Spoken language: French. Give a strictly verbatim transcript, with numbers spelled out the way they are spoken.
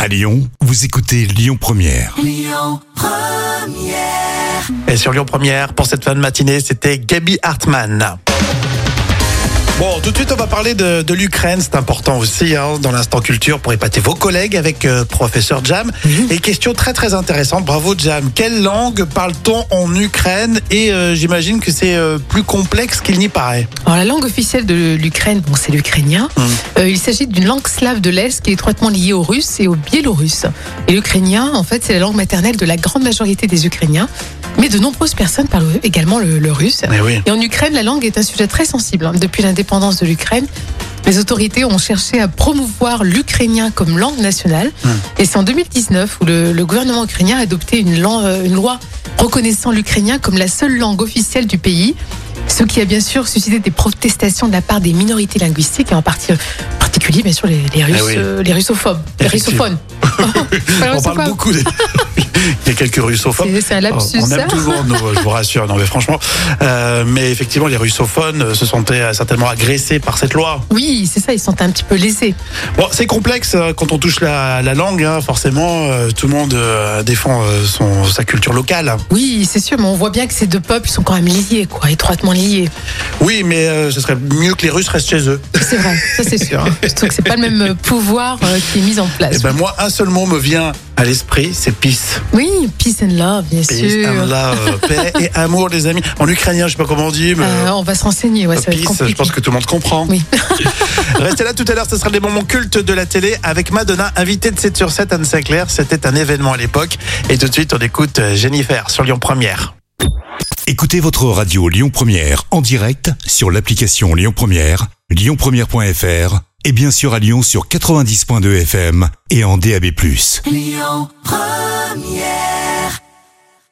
À Lyon, vous écoutez Lyon Première. Lyon Première. Et sur Lyon Première, pour cette fin de matinée, c'était Gaby Hartmann. Bon, tout de suite, on va parler de, de l'Ukraine. C'est important aussi, hein, dans l'instant culture, pour épater vos collègues avec euh, professeur Jam. Mmh. Et question très très intéressante. Bravo Jam. Quelle langue parle-t-on en Ukraine? Et euh, j'imagine que c'est euh, plus complexe qu'il n'y paraît. Alors la langue officielle de l'Ukraine, bon, c'est l'ukrainien. Mmh. Euh, il s'agit d'une langue slave de l'Est qui est étroitement liée au russe et au biélorusse. Et l'ukrainien, en fait, c'est la langue maternelle de la grande majorité des Ukrainiens. Mais de nombreuses personnes parlent également le, le russe. Mais oui. Et en Ukraine, la langue est un sujet très sensible. Depuis l'indépendance de l'Ukraine, les autorités ont cherché à promouvoir l'ukrainien comme langue nationale. Mmh. Et c'est en deux mille dix-neuf où le, le gouvernement ukrainien a adopté une, langue, une loi reconnaissant l'ukrainien comme la seule langue officielle du pays. Ce qui a bien sûr suscité des protestations de la part des minorités linguistiques, et en partie, en particulier, bien sûr, les, les, Russes, eh oui. euh, les russophobes, les russophones. On parle beaucoup des... Il y a quelques russophones. C'est, c'est un lapsus, on aime ça. toujours, nous, je vous rassure. Non, mais franchement, euh, mais effectivement, les russophones se sentaient certainement agressés par cette loi. Oui, c'est ça, ils se sentaient un petit peu lésés. Bon, c'est complexe quand on touche la, la langue, hein, forcément. Euh, tout le monde euh, défend euh, son, sa culture locale. Oui, c'est sûr, mais on voit bien que ces deux peuples sont quand même liés, quoi, étroitement liés. Oui, mais euh, ce serait mieux que les Russes restent chez eux. C'est vrai, ça c'est sûr. Hein. Surtout que c'est pas le même pouvoir euh, qui est mis en place. Et ben moi, un seul mot me vient à l'esprit, c'est peace. Oui, peace and love, bien peace sûr. Peace and love, paix et amour, les amis. En ukrainien, je sais pas comment on dit, mais euh, on va se renseigner. Ouais, ça peace, va être compliqué. je pense que tout le monde comprend. Oui. Restez là tout à l'heure, ce sera des moments cultes de la télé avec Madonna, invitée de sept sur sept, Anne Sinclair. C'était un événement à l'époque. Et tout de suite, on écoute Jennifer sur Lyon Première. Écoutez votre radio Lyon Première en direct sur l'application Lyon Première, lyon première point f r et bien sûr à Lyon sur quatre-vingt-dix virgule deux F M et en D A B plus. Lyon Première.